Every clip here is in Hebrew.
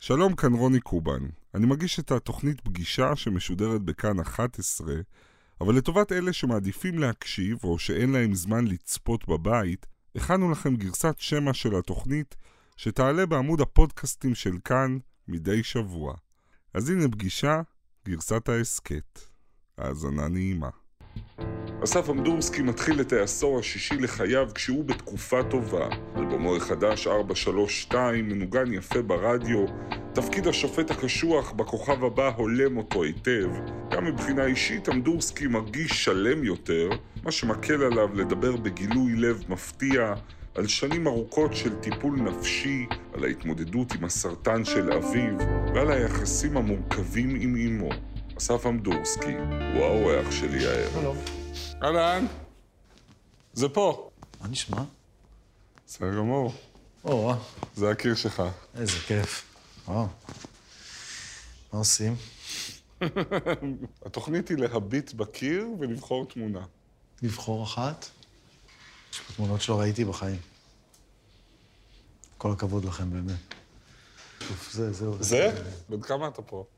שלום, כאן רוני קובן. אני מגיש את התוכנית פגישה שמשודרת בכאן 11, אבל לטובת אלה שמעדיפים להקשיב או שאין להם זמן לצפות בבית, הכנו לכם גרסת שמע של התוכנית שתעלה בעמוד הפודקאסטים של כאן מדי שבוע. אז הנה פגישה, גרסת העסקת. האזנה נעימה. אסף אמדורסקי מתחיל את העשור השישי לחייו כשהוא בתקופה טובה. אלבומו החדש 432 מנוגן יפה ברדיו, תפקיד השופט הקשוח בכוכב הבא הולם אותו היטב. גם מבחינה אישית אמדורסקי מרגיש שלם יותר, מה שמקל עליו לדבר בגילוי לב מפתיע על שנים ארוכות של טיפול נפשי, על ההתמודדות עם הסרטן של אביו ועל היחסים המורכבים עם אמו. אסף אמדורסקי הוא האורח שלי הערב. שלום. אהלן, זה פה. מה נשמע? בסדר גמור. או, זה הקיר שלך. איזה כיף. וואו. מה עושים? התוכנית היא להביט בקיר ולבחור תמונה. לבחור אחת? יש פה תמונות שלא ראיתי בחיים. כל הכבוד לכם באמת. טוב, זהו. זה? בן כמה אתה פה?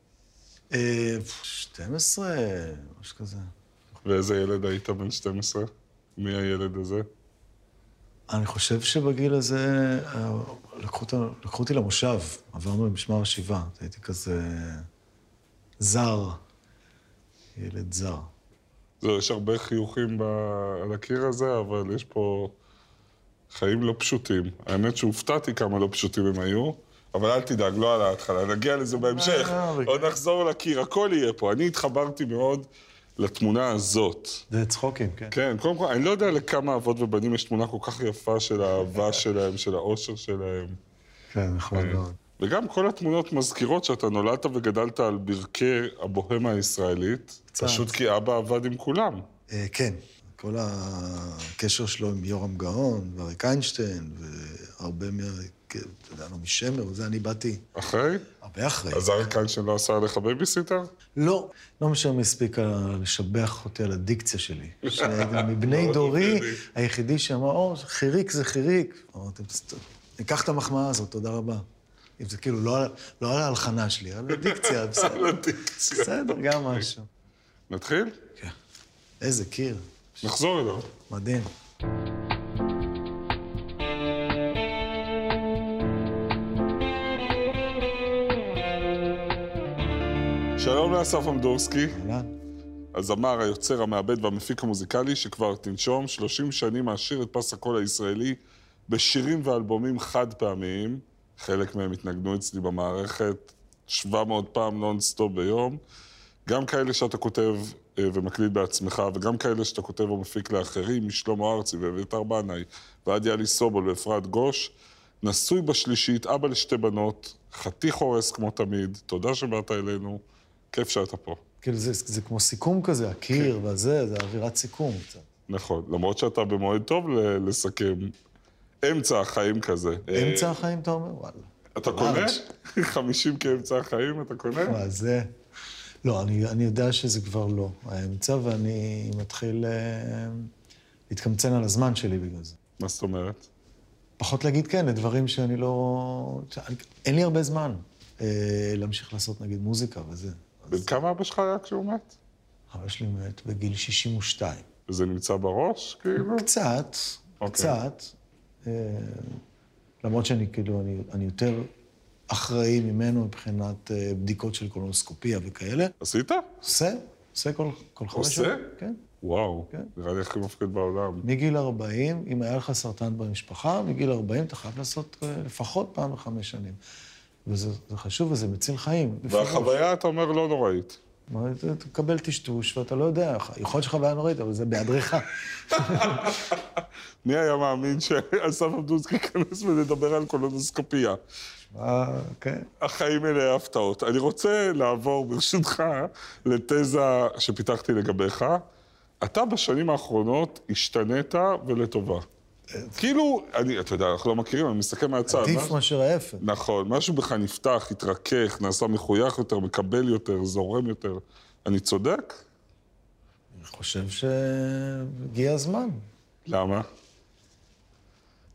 12, משהו כזה. ואיזה ילד היית בן 12? מי הילד הזה? אני חושב שבגיל הזה לקחו אותי למושב, עברנו למשמר השבעה. הייתי כזה זר, ילד זר. זהו, יש הרבה חיוכים על הקיר הזה, אבל יש פה חיים לא פשוטים. האמת שהופתעתי כמה לא פשוטים הם היו, אבל אל תדאג, לא על ההתחלה, נגיע לזה בהמשך. עוד נחזור לקיר, הכל יהיה פה. אני התחברתי מאוד לתמונה הזאת. זה צחוקים, כן. כן, קודם כל, אני לא יודע לכמה אבות ובנים יש תמונה כל כך יפה של האהבה שלהם, של האושר שלהם. כן, נכון מאוד. וגם כל התמונות מזכירות שאתה נולדת וגדלת על ברכי הבוהמה הישראלית, פשוט כי אבא עבד עם כולם. כן, כל הקשר שלו עם יורם גאון, ואריק איינשטיין, והרבה אתה יודע, משמר, וזה אני באתי. אחרי? הרבה אחרי. אז אריק איינשטיין לא עשה עליך בייביסיטר? לא, לא משנה מספיק לשבח אותי על הדיקציה שלי. מבני דורי, היחידי שאמר, חיריק זה חיריק. אמרתם, ניקח את המחמאה הזאת, תודה רבה. זה כאילו לא על ההלחנה שלי, על הדיקציה, בסדר. על הדיקציה. בסדר, גם משהו. נתחיל? כן. איזה קיר. נחזור אליו. מדהים. שלום לאסף אמדורסקי. אהלן. הזמר, היוצר, המעבד והמפיק המוזיקלי שכבר תנשום 30 שנים מעשיר את פס הקול הישראלי בשירים ואלבומים חד פעמיים. חלק מהם התנגנו אצלי במערכת 700 פעם נונסטופ ביום. גם כאלה שאתה כותב ומקליט בעצמך, וגם כאלה שאתה כותב ומפיק לאחרים, משלמה ארצי ואביתר בנאי, ועד יאלי סובול ואפרת גוש. נשוי בשלישית, אבא לשתי בנות, חתיך הורס כמו תמיד. תודה שבאת אלינו, כיף שאתה פה. כאילו זה כמו סיכום כזה, הקיר והזה, זה אווירת סיכום קצת. נכון, למרות שאתה במועד טוב לסכם אמצע החיים כזה. אמצע החיים, אתה אומר? וואלה. אתה קונה? 50 כאמצע החיים, אתה קונה? מה, זה... לא, אני יודע שזה כבר לא האמצע, ואני מתחיל להתקמצן על הזמן שלי בגלל זה. מה זאת אומרת? פחות להגיד כן, לדברים שאני לא... אין לי הרבה זמן להמשיך לעשות, נגיד, מוזיקה וזה. בן כמה אבא שלך היה כשהוא מת? אבא שלי מת בגיל 62. וזה נמצא בראש, כאילו? קצת, קצת. למרות שאני, כאילו, אני יותר אחראי ממנו מבחינת בדיקות של קולונוסקופיה וכאלה. עשית? עושה כל 5 שנים. עושה? כן. וואו, כן. נראה לי הכי מפחיד בעולם. מגיל 40, אם היה לך סרטן במשפחה, מגיל 40 אתה חייב לעשות לפחות פעם ב5 שנים. וזה חשוב וזה מציל חיים. והחוויה, אתה אומר, לא נוראית. אתה תקבל טשטוש ואתה לא יודע, יכול להיות שחוויה נוראית, אבל זה בהדרכה. מי היה מאמין שאסף אמדורסקי ייכנס ולדבר על קולונוסקופיה? כן. החיים אלה הפתעות. אני רוצה לעבור, ברשותך, לתזה שפיתחתי לגביך. אתה בשנים האחרונות השתנית ולטובה. כאילו, אתה יודע, אנחנו לא מכירים, אני מסתכל מהצד. עדיף מאשר ההפך. נכון, משהו בך נפתח, התרכך, נעשה מחוייך יותר, מקבל יותר, זורם יותר. אני צודק? אני חושב שהגיע הזמן. למה?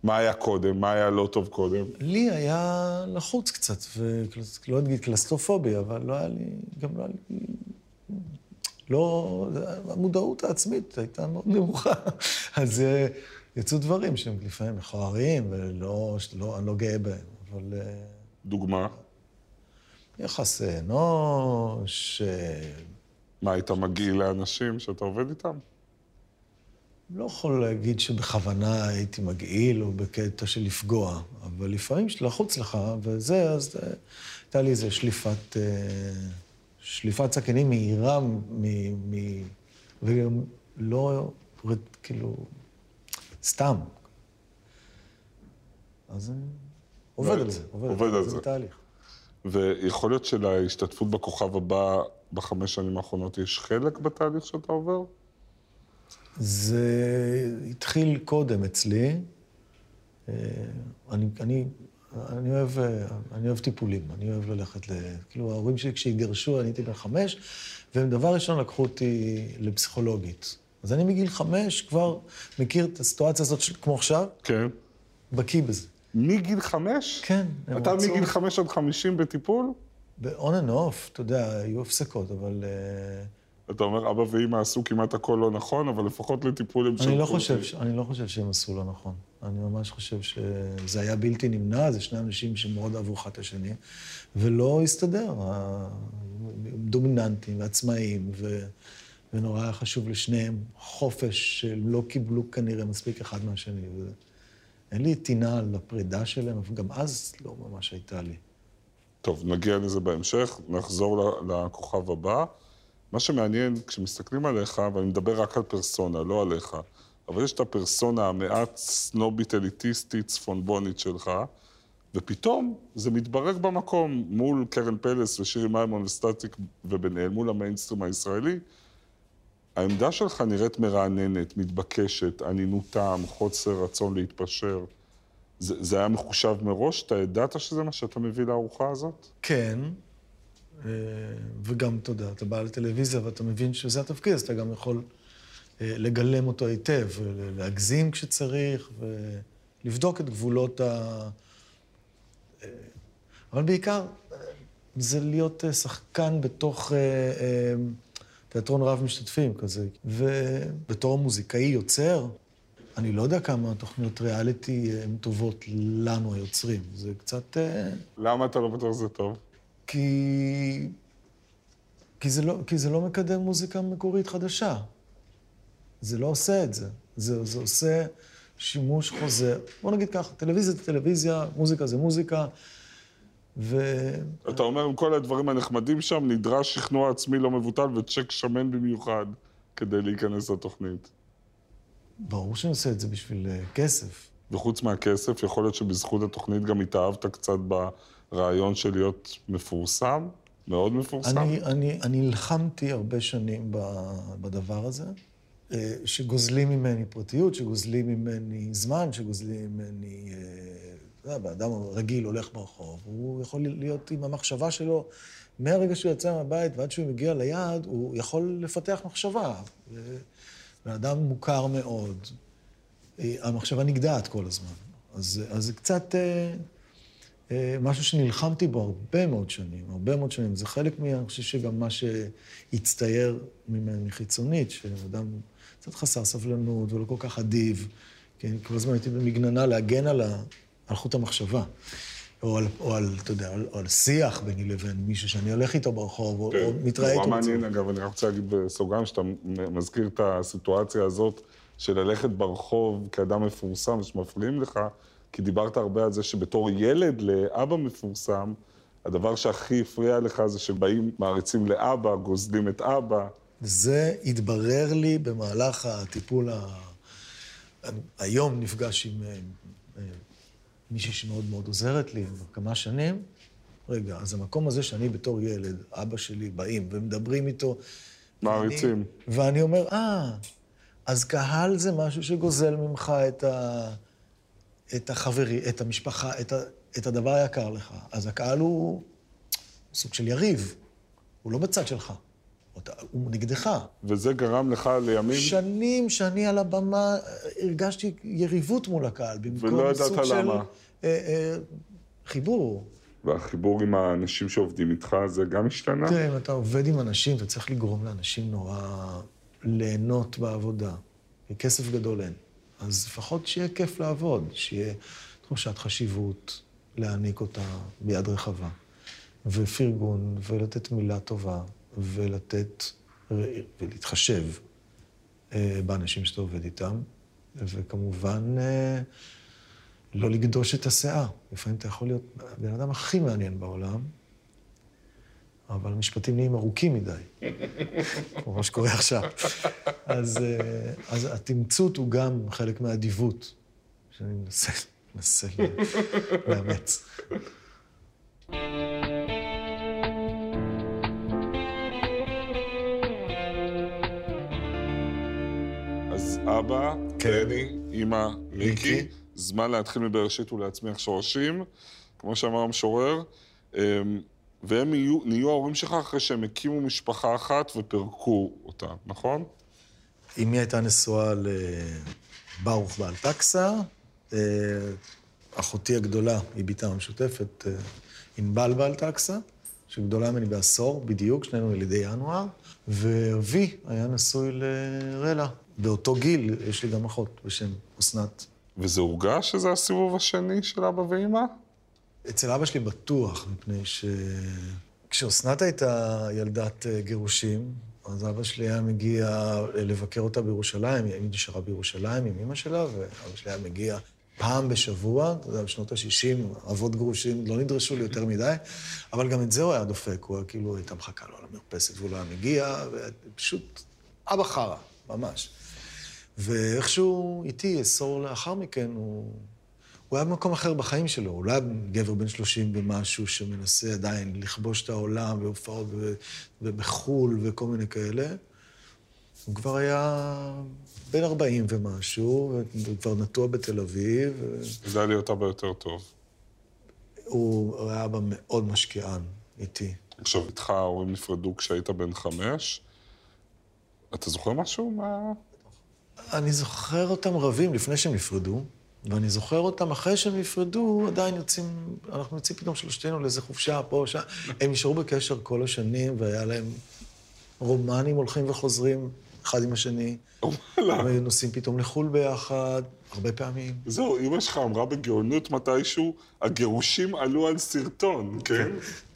מה היה קודם? מה היה לא טוב קודם? לי היה לחוץ קצת, ולא אגיד קלסטרופוביה, אבל לא היה לי, גם לא היה לי, לא, המודעות העצמית הייתה מאוד נמוכה. אז יצאו דברים שהם לפעמים מכוערים, ולא, אני לא גאה בהם, אבל... דוגמה? יחסי אנוש... מה, היית מגעיל לאנשים שאתה עובד איתם? לא יכול להגיד שבכוונה הייתי מגעיל או בקטע של לפגוע, אבל לפעמים לחוץ לך, וזה, אז הייתה לי איזו שליפת סכינים מהירה, וגם לא, כאילו, סתם. אז עובד על זה, עובד על זה. זה בתהליך. ויכול להיות שלהשתתפות בכוכב הבא ב5 שנים האחרונות יש חלק בתהליך שאתה עובר? זה התחיל קודם אצלי. אני אוהב טיפולים, אני אוהב ללכת כאילו, ההורים שלי כשהתגרשו, אני הייתי בן 5, והם דבר ראשון לקחו אותי לפסיכולוגית. אז אני מגיל 5 כבר מכיר את הסיטואציה הזאת כמו עכשיו. כן. בקיא בזה. מגיל 5? כן. אתה מגיל 5 עד 50 בטיפול? ב-on and off, אתה יודע, היו הפסקות, אבל... אתה אומר, אבא ואמא עשו כמעט הכל לא נכון, אבל לפחות לטיפול הם שלחו אותי. אני לא חושב שהם עשו לא נכון. אני ממש חושב שזה היה בלתי נמנע, זה שני אנשים שמאוד אהבו אחד את השני, ולא הסתדר. דומיננטים ועצמאיים, ונורא היה חשוב לשניהם חופש שהם לא קיבלו כנראה מספיק אחד מהשני. אין לי טינה על הפרידה שלהם, אבל גם אז לא ממש הייתה לי. טוב, נגיע לזה בהמשך, נחזור לכוכב הבא. מה שמעניין, כשמסתכלים עליך, ואני מדבר רק על פרסונה, לא עליך, אבל יש את הפרסונה המעט סנובית אליטיסטית, צפונבונית שלך, ופתאום זה מתברק במקום מול קרן פלס ושירי מימון וסטטיק ובן אל, מול המיינסטרים הישראלי. העמדה שלך נראית מרעננת, מתבקשת, ענינותם, חוסר רצון להתפשר. זה היה מחושב מראש? אתה ידעת שזה מה שאתה מביא לארוחה הזאת? כן. וגם, אתה יודע, אתה בא לטלוויזיה ואתה מבין שזה התפקיד, אז אתה גם יכול לגלם אותו היטב, להגזים כשצריך, ולבדוק את גבולות אבל בעיקר, זה להיות שחקן בתוך תיאטרון רב משתתפים כזה. ובתור מוזיקאי יוצר, אני לא יודע כמה תוכניות ריאליטי הן טובות לנו היוצרים. זה קצת... למה אתה לא בטוח שזה טוב? כי זה לא מקדם מוזיקה מקורית חדשה. זה לא עושה את זה. זה עושה שימוש חוזר. בוא נגיד ככה, טלוויזיה זה טלוויזיה, מוזיקה זה מוזיקה, אתה אומר, עם כל הדברים הנחמדים שם, נדרש שכנוע עצמי לא מבוטל וצ'ק שמן במיוחד כדי להיכנס לתוכנית. ברור שאני עושה את זה בשביל כסף. וחוץ מהכסף, יכול להיות שבזכות התוכנית גם התאהבת קצת ברעיון של להיות מפורסם, מאוד מפורסם. אני נלחמתי הרבה שנים בדבר הזה, שגוזלים ממני פרטיות, שגוזלים ממני זמן, שגוזלים ממני... באדם רגיל הולך ברחוב, הוא יכול להיות עם המחשבה שלו, מהרגע שהוא יצא מהבית ועד שהוא מגיע ליעד, הוא יכול לפתח מחשבה. באדם מוכר מאוד, המחשבה נגדעת כל הזמן. אז זה קצת משהו שנלחמתי בו הרבה מאוד שנים. זה חלק אני חושב שגם מה שהצטייר ממני חיצונית, שאדם קצת חסר סבלנות ולא כל כך אדיב, כי כל הזמן הייתי במגננה להגן על חוט המחשבה, או על שיח ביני לבין מישהו שאני הולך איתו ברחוב, או מתראה איתו. נורא מעניין, אגב, אני רוצה להגיד בסוגריים, שאתה מזכיר את הסיטואציה הזאת של ללכת ברחוב כאדם מפורסם שמפריעים לך, כי דיברת הרבה על זה שבתור ילד לאבא מפורסם, הדבר שהכי הפריע לך זה שבאים מעריצים לאבא, גוזלים את אבא. זה התברר לי במהלך הטיפול היום נפגש עם מישהי שמאוד מאוד עוזרת לי כמה שנים. רגע, אז המקום הזה שאני בתור ילד, אבא שלי באים ומדברים איתו. מעריצים. ואני אומר, אז קהל זה משהו שגוזל ממך את החברי, את המשפחה, את הדבר היקר לך. אז הקהל הוא סוג של יריב, הוא לא בצד שלך. הוא נגדך. וזה גרם לך לימים... שנים שאני על הבמה הרגשתי יריבות מול הקהל, ולא ידעת למה. חיבור. והחיבור עם האנשים שעובדים איתך, זה גם השתנה? תראה, אם אתה עובד עם אנשים, אתה צריך לגרום לאנשים נורא ליהנות בעבודה. כסף גדול אין. אז לפחות שיהיה כיף לעבוד, שיהיה תחושת חשיבות, להעניק אותה ביד רחבה. ופרגון, ולתת מילה טובה, ולהתחשב באנשים שאתה עובד איתם, וכמובן לא לגדוש את השיער. לפעמים אתה יכול להיות הבן אדם הכי מעניין בעולם, אבל המשפטים נהיים ארוכים מדי, כמו מה שקורה עכשיו. אז התמצות הוא גם חלק מהאדיבות, שאני מנסה לאמץ. אז אבא, דני, אמא, מיקי, זמן להתחיל מבראשית ולהצמיח שורשים, כמו שאמר המשורר, והם נהיו ההורים שלך אחרי שהם הקימו משפחה אחת ופרקו אותה, נכון? אמי הייתה נשואה לברוך בעל טקסה, אחותי הגדולה היא ביתה המשותפת, ענבל בעל טקסה, שגדולה ממני בעשור, בדיוק, שנינו ילידי ינואר, ואבי היה נשוי לרלה. באותו גיל יש לי גם אחות בשם אסנת. וזה הורגש שזה הסיבוב השני של אבא ואמא? אצל אבא שלי בטוח, מפני כשאסנת הייתה ילדת גירושים, אז אבא שלי היה מגיע לבקר אותה בירושלים, היא נשארה בירושלים עם אמא שלה, ואבא שלי היה מגיע פעם בשבוע, אתה יודע, בשנות ה-60, אבות גרושים לא נדרשו לי יותר מדי, אבל גם את זה הוא היה דופק, הוא היה כאילו, הייתה מחכה לו על המרפסת, והוא לא היה מגיע, ופשוט אבא חרא, ממש. ואיכשהו איתי, עשור לאחר מכן, הוא היה במקום אחר בחיים שלו, הוא לא היה גבר בן 30 במשהו שמנסה עדיין לכבוש את העולם, בהופעות בחול וכל מיני כאלה. הוא כבר היה בן 40 ומשהו, וכבר נטוע בתל אביב. זה היה להיות אבא יותר טוב. הוא היה אבא מאוד משקיען איתי. עכשיו, איתך ההורים נפרדו כשהיית בן 5. אתה זוכר משהו מה... אני זוכר אותם רבים לפני שהם נפרדו, ואני זוכר אותם אחרי שהם נפרדו, עדיין אנחנו יוצאים פתאום שלושתנו לאיזה חופשה פה, שם. הם נשארו בקשר כל השנים, והיה להם רומנים הולכים וחוזרים אחד עם השני. ונוסעים פתאום לחול ביחד, הרבה פעמים. זהו, אמא שלך אמרה בגאונות מתישהו, הגירושים עלו על סרטון, כן?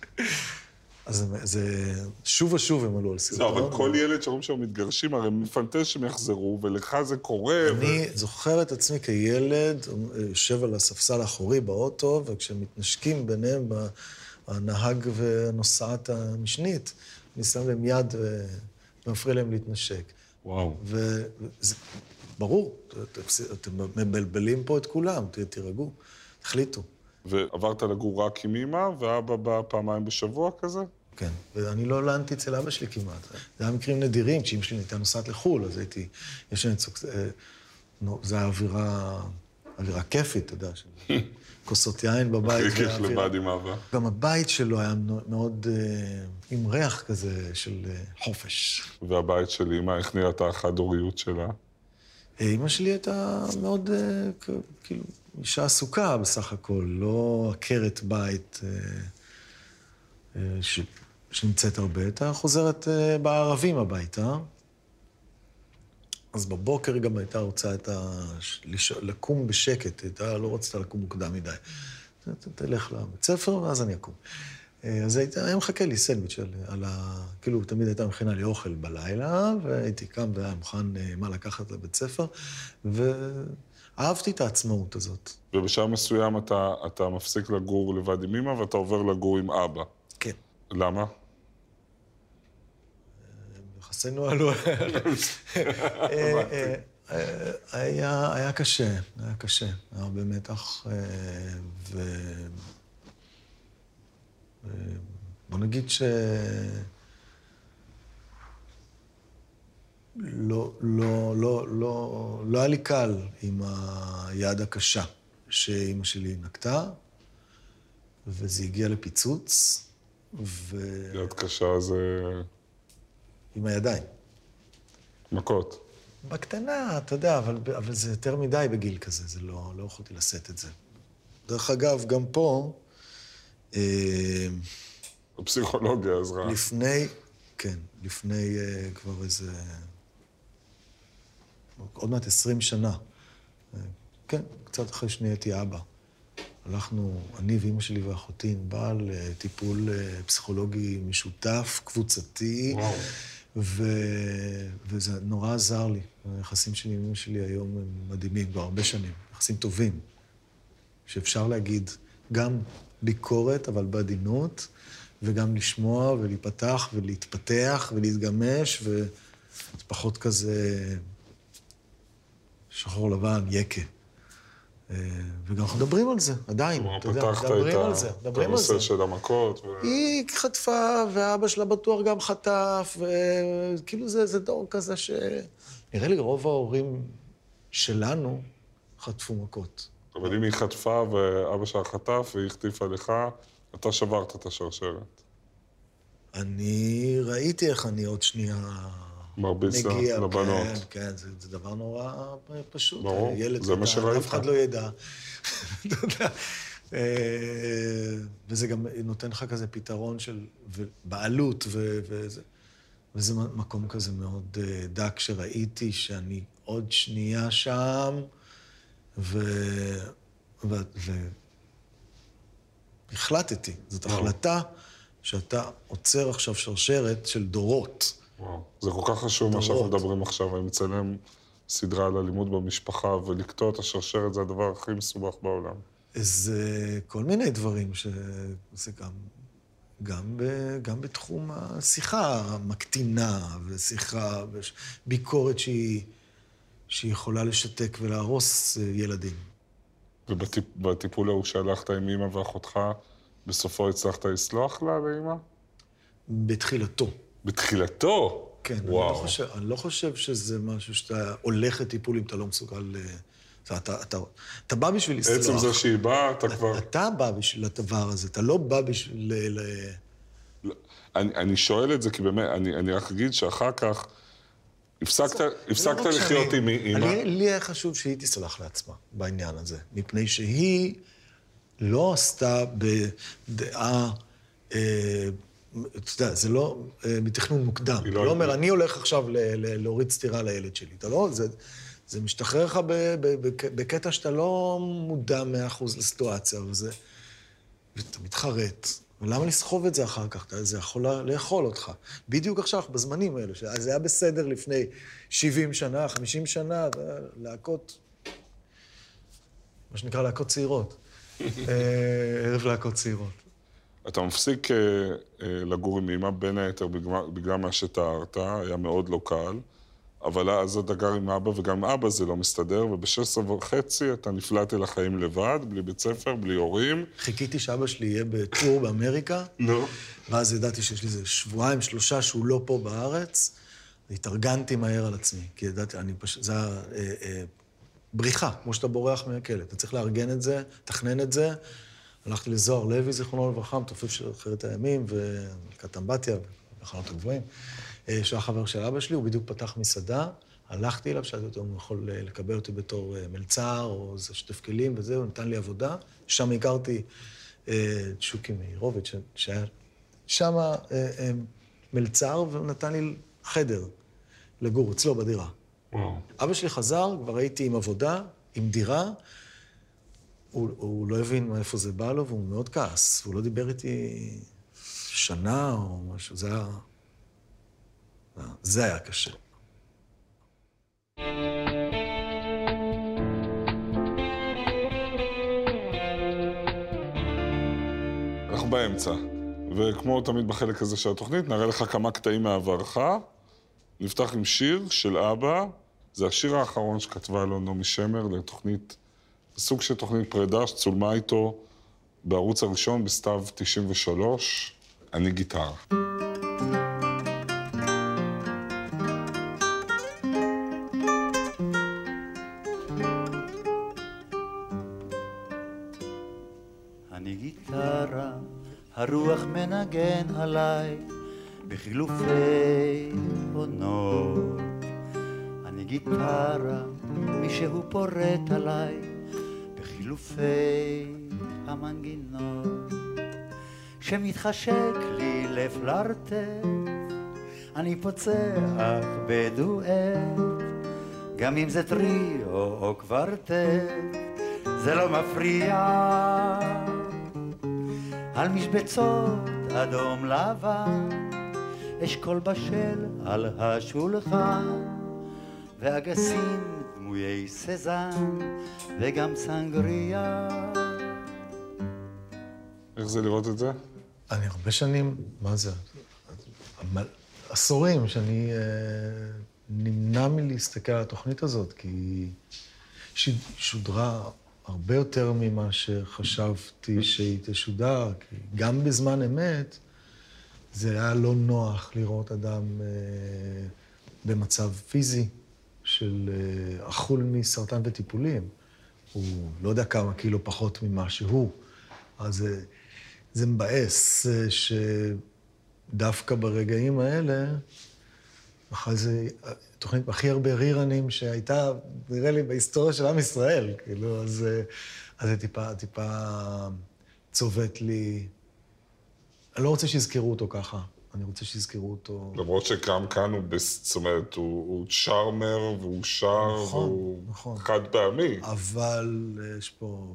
אז זה שוב ושוב הם עלו על סרטון. אבל כל ילד שאומרים שהם מתגרשים, הרי מפנטז שהם יחזרו, ולך זה קורה. אני זוכר את עצמי כילד, יושב על הספסל האחורי באוטו, וכשמתנשקים ביניהם הנהג והנוסעת המשנית, אני שם להם יד ומפריע להם להתנשק. וואו. וזה ברור, אתם מבלבלים פה את כולם, תירגעו, תחליטו. ועברת לגור רק עם אמא, ואבא בא פעמיים בשבוע כזה? כן, ואני לא לנתי אצל אבא שלי כמעט. זה היה מקרים נדירים, כשאמא שלי הייתה נוסעת לחו"ל, אז הייתי, זה היה אווירה כיפית, אתה יודע, של כוסות יין בבית. הכי כיף לבד עם אבא. גם הבית שלו היה מאוד עם ריח כזה של חופש. והבית של אמא, איך נראית החד-הוריות שלה? אמא שלי הייתה מאוד, כאילו, אישה עסוקה בסך הכל, לא עקרת בית שנמצאת הרבה, הייתה חוזרת בערבים הביתה. אז בבוקר גם הייתה רוצה לקום בשקט, הייתה לא רצתה לקום מוקדם מדי. תלך לבית ספר ואז אני אקום. אז היה מחכה לי סנדוויץ' כאילו תמיד הייתה מכינה לי אוכל בלילה, והייתי קם והיה מוכן מה לקחת לבית ספר, אהבתי את העצמאות הזאת. ובשעה מסוים אתה מפסיק לגור לבד עם אמא, ואתה עובר לגור עם אבא. כן. למה? יחסינו עלו. היה קשה, היה הרבה מתח, בוא נגיד לא היה לי קל עם היד הקשה שאמא שלי נקטה, וזה הגיע לפיצוץ, יד קשה זה... עם הידיים. מכות. בקטנה, אתה יודע, אבל זה יותר מדי בגיל כזה, זה לא יכולתי לשאת את זה. דרך אגב, גם פה... הפסיכולוגיה עזרה. לפני כבר איזה... עוד מעט 20 שנה. כן, קצת אחרי שנהייתי אבא. הלכנו, אני ואמא שלי ואחותי, בעל טיפול פסיכולוגי משותף, קבוצתי, וזה נורא עזר לי. היחסים שלי עם אמא שלי היום הם מדהימים, כבר הרבה שנים, יחסים טובים, שאפשר להגיד גם ביקורת, אבל בעדינות, וגם לשמוע ולהיפתח ולהתפתח ולהתגמש, וזה פחות כזה שחור לבן, יקה. וגם אנחנו מדברים על זה, עדיין, אתה יודע, מדברים על זה, מדברים על זה. את הנושא של המכות. היא חטפה, ואבא שלה בטוח גם חטף, וכאילו זה דור כזה ש... נראה לי רוב ההורים שלנו חטפו מכות. אבל אם היא חטפה ואבא שלה חטף והיא החטיפה לך, אתה שברת את השרשרת. אני ראיתי איך אני עוד שנייה... מרביץ לבנות. כן, זה דבר נורא פשוט. ברור, זה מה שראית. אף אחד לא ידע. אתה יודע. וזה גם נותן לך כזה פתרון של בעלות, וזה מקום כזה מאוד דק שראיתי שאני עוד שנייה שם, והחלטתי. זאת החלטה שאתה עוצר עכשיו שרשרת של דורות. וואו, זה כל כך חשוב מה שאנחנו מדברים עכשיו, אני מצלם סדרה על אלימות במשפחה, ולקטוע את השרשרת זה הדבר הכי מסובך בעולם. זה כל מיני דברים שזה גם בתחום השיחה המקטינה, ושיחה, ביקורת שהיא יכולה לשתק ולהרוס ילדים. ובטיפול ההוא שהלכת עם אמא ואחותך, בסופו הצלחת לסלוח לה לאמא? בתחילתו. בתחילתו? כן, וואו. אני לא חושב שזה משהו שאתה הולך לטיפול אם אתה לא מסוגל... אתה בא בשביל לסלוח. עצם זה שהיא באה, אתה כבר... אתה בא בשביל הדבר הזה, אתה לא בא בשביל... אני שואל את זה כי באמת, אני רק אגיד שאחר כך הפסקת לחיות עם אמא. לי היה חשוב שהיא תסלח לעצמה בעניין הזה, מפני שהיא לא עשתה בדעה... אתה יודע, זה לא מתכנון מוקדם. היא לא אומר, אני הולך עכשיו להוריד סתירה לילד שלי. אתה לא, זה משתחרר לך בקטע שאתה לא מודע 100% לסיטואציה, ואתה מתחרט. ולמה לסחוב את זה אחר כך? זה יכול לאכול אותך. בדיוק עכשיו, בזמנים האלה, זה היה בסדר לפני 70 שנה, 50 שנה, להקות, מה שנקרא להקות צעירות. ערב להקות צעירות. אתה מפסיק לגור עם אמא, בין היתר בגלל מה שתיארת, היה מאוד לא קל, אבל אז אתה גר עם אבא, וגם אבא זה לא מסתדר, וב-16.5 אתה נפלט אל החיים לבד, בלי בית ספר, בלי הורים. חיכיתי שאבא שלי יהיה בטור באמריקה, ואז ידעתי שיש לי איזה שבועיים, 3 שהוא לא פה בארץ, והתארגנתי מהר על עצמי, כי ידעתי, זה היה בריחה, כמו שאתה בורח מהכלא. אתה צריך לארגן את זה, תכנן את זה, הלכתי לזוהר לוי, זיכרונו לברכה, מתופף של אחרת הימים, ומלכת אמבטיה, ומחנות הגבוהים, שהיה חבר של אבא שלי, הוא בדיוק פתח מסעדה, הלכתי אליו, שאלתי אותו אם הוא יכול לקבל אותי בתור מלצר, או איזה שטף כלים וזה, הוא נתן לי עבודה, שם הכרתי את שוקי מאירוביץ', שהיה שם מלצר, והוא נתן לי חדר לגור אצלו בדירה. אבא שלי חזר, כבר הייתי עם עבודה, עם דירה, הוא לא הבין מאיפה זה בא לו, והוא מאוד כעס. הוא לא דיבר איתי שנה או משהו. זה היה קשה. אנחנו באמצע. וכמו תמיד בחלק הזה של התוכנית, נראה לך כמה קטעים מעברך. נפתח עם שיר של אבא. זה השיר האחרון שכתבה לו נעמי שמר לתוכנית... סוג של תוכנית פרידה שצולמה איתו בערוץ הראשון בסתיו 93, אני גיטרה. אני גיטרה, הרוח מנגן עליי, בחילופי עונות. אני גיטרה, מישהו פורט עליי, בחילופי המנגינות. שמתחשק לי לפלרטט, אני פוצח בדואט, גם אם זה טריו או קוורטט, זה לא מפריע. על משבצות אדום לבן, אשכול בשל על השולחן, ואגסים דמויי סזן, וגם סנגריה. איך זה לראות את זה? אני הרבה שנים, מה זה? עשורים שאני נמנע מלהסתכל על התוכנית הזאת, כי היא שודרה הרבה יותר ממה שחשבתי שהיא תשודר, כי גם בזמן אמת זה היה לא נוח לראות אדם במצב פיזי של אכול מסרטן וטיפולים. הוא לא יודע כמה קילו פחות ממה שהוא. אז זה מבאס שדווקא ברגעים האלה, אחרי זה תוכנית הכי הרבה רירנים שהייתה, נראה לי, בהיסטוריה של עם ישראל, כאילו, אז זה טיפה צובט לי. אני לא רוצה שיזכרו אותו ככה, אני רוצה שיזכרו אותו... למרות שגם כאן הוא, זאת אומרת, הוא צ'ארמר והוא שר, והוא חד פעמי. אבל יש פה...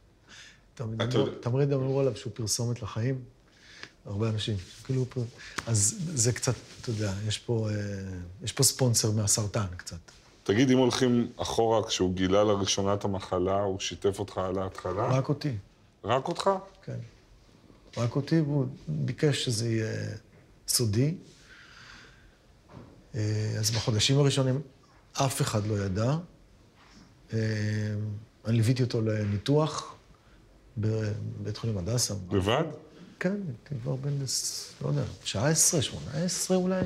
תמיד אמרו עליו שהוא פרסומת לחיים, הרבה אנשים, כאילו, אז זה קצת, אתה יודע, יש פה ספונסר מהסרטן קצת. תגיד, אם הולכים אחורה, כשהוא גילה לראשונה את המחלה, הוא שיתף אותך על ההתחלה? רק אותי. רק אותך? כן. רק אותי, והוא ביקש שזה יהיה סודי. אז בחודשים הראשונים אף אחד לא ידע. אני ליוויתי אותו לניתוח בבית חולים הדסה. לבד? כן, כבר בין, לא יודע, 19, 18 אולי.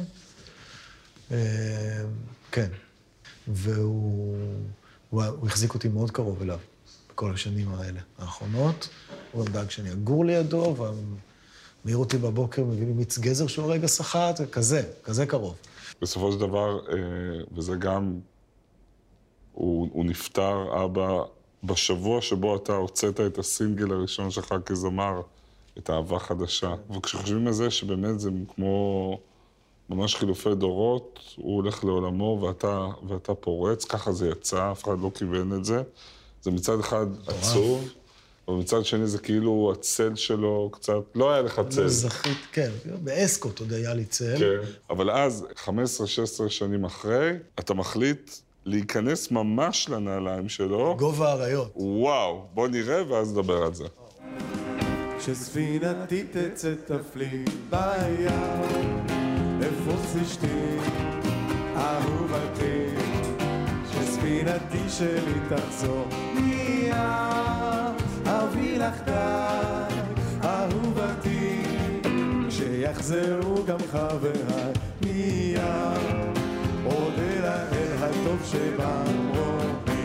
כן. והוא החזיק אותי מאוד קרוב אליו, בכל השנים האלה, האחרונות. הוא גם דאג שאני אגור לידו, ומעיר אותי בבוקר, מביא לי מיץ גזר שהוא רגע סחט, כזה קרוב. בסופו של דבר, וזה גם, הוא נפטר, אבא, בשבוע שבו אתה הוצאת את הסינגל הראשון שלך כזמר, את אהבה חדשה. וכשחושבים על זה שבאמת זה כמו ממש חילופי דורות, הוא הולך לעולמו ואתה פורץ, ככה זה יצא, אף אחד לא כיוון את זה. זה מצד אחד עצוב, אבל מצד שני זה כאילו הצל שלו קצת, לא היה לך צל. לא זכית, כן, באסקוט עוד היה לי צל. כן, אבל אז, 15-16 שנים אחרי, אתה מחליט להיכנס ממש לנעליים שלו. גובה האריות. וואו, בוא נראה ואז נדבר על זה. שספינתי תצא תפליג בים, אפוס אשתי, אהובתי, שספינתי שלי תחזור מיד, אביא לך דג, אהובתי, שיחזרו גם חבריי מיד, עודה לאל הטוב שבמרובי.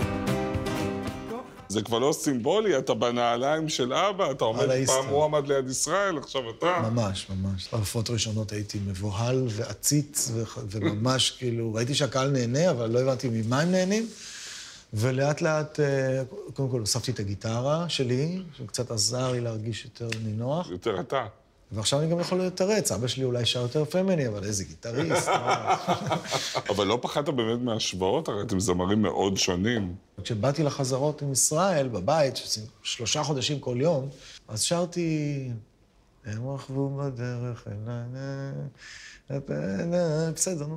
זה כבר לא סימבולי, אתה בנעליים של אבא, אתה עומד פעם הוא עמד ליד ישראל, עכשיו אתה. ממש, ממש. בהופעות ראשונות הייתי מבוהל ועציץ, וממש כאילו, ראיתי שהקהל נהנה, אבל לא הבנתי ממה הם נהנים. ולאט לאט, קודם כל, הוספתי את הגיטרה שלי, שקצת עזר לי להרגיש יותר נינוח. יותר אתה. ועכשיו אני גם יכול לתרץ, אבא שלי אולי שר יותר פמיני, אבל איזה גיטריסט. אבל לא פחדת באמת מהשוואות, הרי אתם זמרים מאוד שונים. כשבאתי לחזרות עם ישראל, בבית, שעושים 3 חודשים כל יום, אז שרתי, הם רכבו בדרך, בסדר,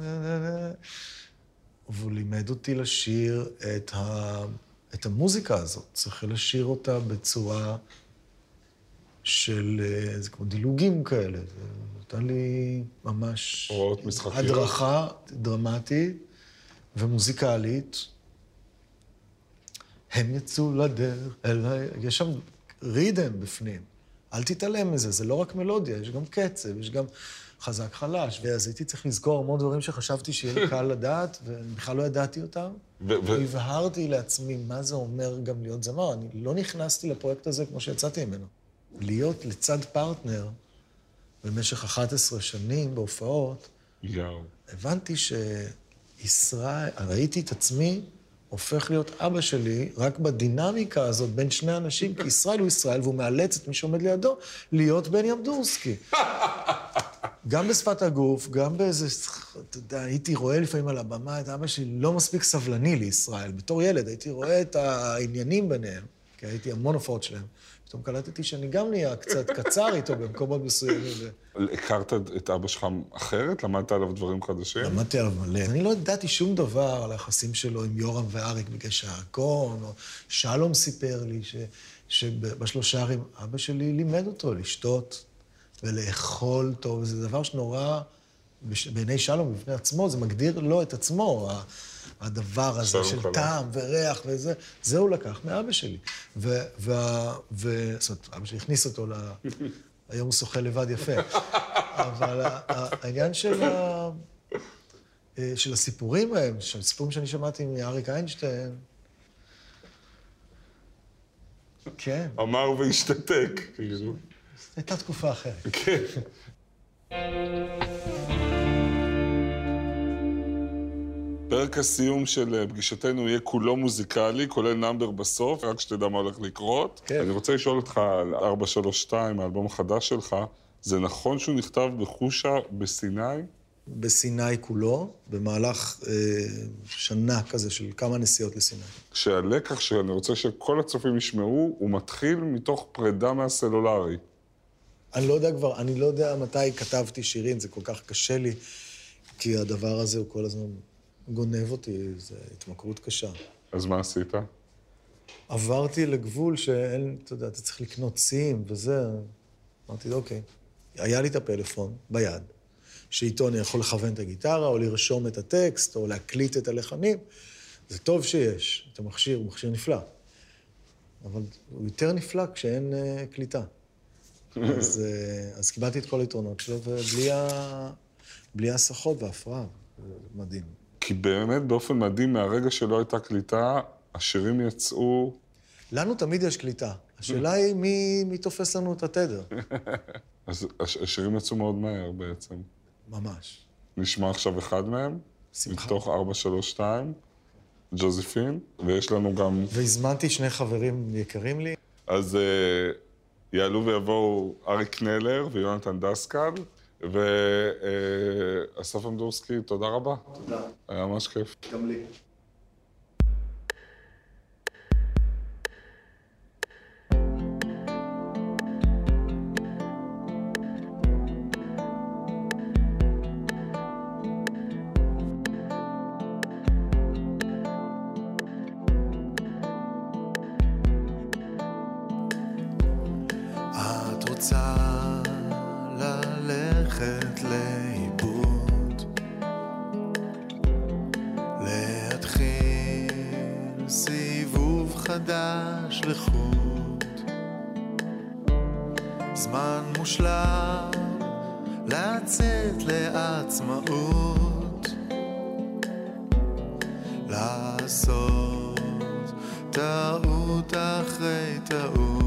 והוא לימד אותי לשיר את המוזיקה הזאת. צריך לשיר אותה בצורה של, זה כמו דילוגים כאלה. זה נתן לי ממש הדרכה דרמטית ומוזיקלית. הם יצאו לדרך, יש שם רידם בפנים. אל תתעלם מזה, זה לא רק מלודיה, יש גם קצב, יש גם חזק חלש. ואז הייתי צריך לזכור המון דברים שחשבתי שיהיה לי קל לדעת, ובכלל לא ידעתי אותם. והבהרתי לעצמי מה זה אומר גם להיות זמר. אני לא נכנסתי לפרויקט הזה כמו שיצאתי ממנו. להיות לצד פרטנר במשך 11 שנים בהופעות, יאו. הבנתי שישראל, ראיתי את עצמי הופך להיות אבא שלי רק בדינמיקה הזאת בין שני אנשים, כי ישראל הוא ישראל, והוא מאלץ את מי שעומד לידו להיות בני אמדורסקי. גם בשפת הגוף, גם באיזה, אתה יודע, הייתי רואה לפעמים על הבמה את אבא שלי לא מספיק סבלני לישראל. בתור ילד הייתי רואה את העניינים ביניהם, כי הייתי המון הופעות שלהם. פתאום קלטתי שאני גם נהיה קצת קצר איתו במקומות מסוימים. הכרת את אבא שלך אחרת? למדת עליו דברים חדשים? למדתי עליו מלא. אני לא ידעתי שום דבר על היחסים שלו עם יורם ואריק בגשר הירקון, או שלום סיפר לי שבשלושה ערים אבא שלי לימד אותו לשתות ולאכול טוב. זה דבר שנורא, בעיני שלום, בפני עצמו, זה מגדיר לו את עצמו, הדבר הזה של טעם וריח וזה, זה הוא לקח מאבא שלי. זאת אומרת, אבא שלי הכניס אותו היום הוא שוחה לבד יפה. אבל העניין של הסיפורים ההם, של הסיפורים שאני שמעתי מאריק איינשטיין, כן. אמר והשתתק. הייתה תקופה אחרת. כן. פרק הסיום של פגישתנו יהיה כולו מוזיקלי, כולל נאמבר בסוף, רק שתדע מה הולך לקרות. כן. אני רוצה לשאול אותך על 432, האלבום החדש שלך, זה נכון שהוא נכתב בחושה בסיני? בסיני כולו, במהלך שנה כזה של כמה נסיעות לסיני. שהלקח שאני רוצה שכל הצופים ישמעו, הוא מתחיל מתוך פרידה מהסלולרי. אני לא יודע מתי כתבתי שירים, זה כל כך קשה לי, כי הדבר הזה הוא כל הזמן גונב אותי, זו התמכרות קשה. אז מה עשית? עברתי לגבול שאין, אתה יודע, אתה צריך לקנות סים וזה. אמרתי, אוקיי. היה לי את הפלאפון ביד, שאיתו אני יכול לכוון את הגיטרה, או לרשום את הטקסט, או להקליט את הלחנים. זה טוב שיש, את המכשיר, הוא מכשיר נפלא. אבל הוא יותר נפלא כשאין קליטה. אז קיבלתי את כל היתרונות שלו, ובלי הסחות והפרעה. מדהים. כי באמת באופן מדהים, מהרגע שלא הייתה קליטה, השירים יצאו... לנו תמיד יש קליטה. השאלה היא מי תופס לנו את התדר. אז השירים יצאו מאוד מהר בעצם. ממש. נשמע עכשיו אחד מהם. שמחה. מתוך 432, ג'וזפין, ויש לנו גם... והזמנתי שני חברים יקרים לי. אז יעלו ויבואו אריק קנלר ויונתן דסקל, ואסף אמדורסקי, תודה רבה. תודה. היה ממש כיף. גם לי. את רוצה ללכת לאיבוד, להתחיל סיבוב חדש לחוד, זמן מושלם לצאת לעצמאות, לעשות טעות אחרי טעות.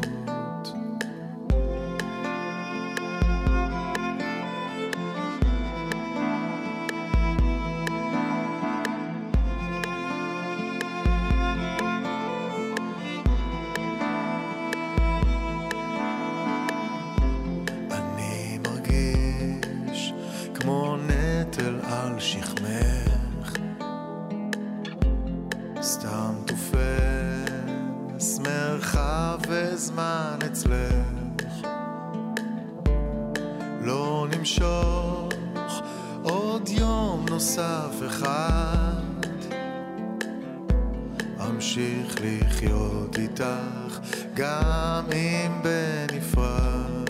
אני מרגיש כמו נטל על שכמך, סתם תופס מרחב וזמן אצלך, לא נמשוך עוד יום נוסף אחד, אמשיך לחיות איתך גם אם בנפרד.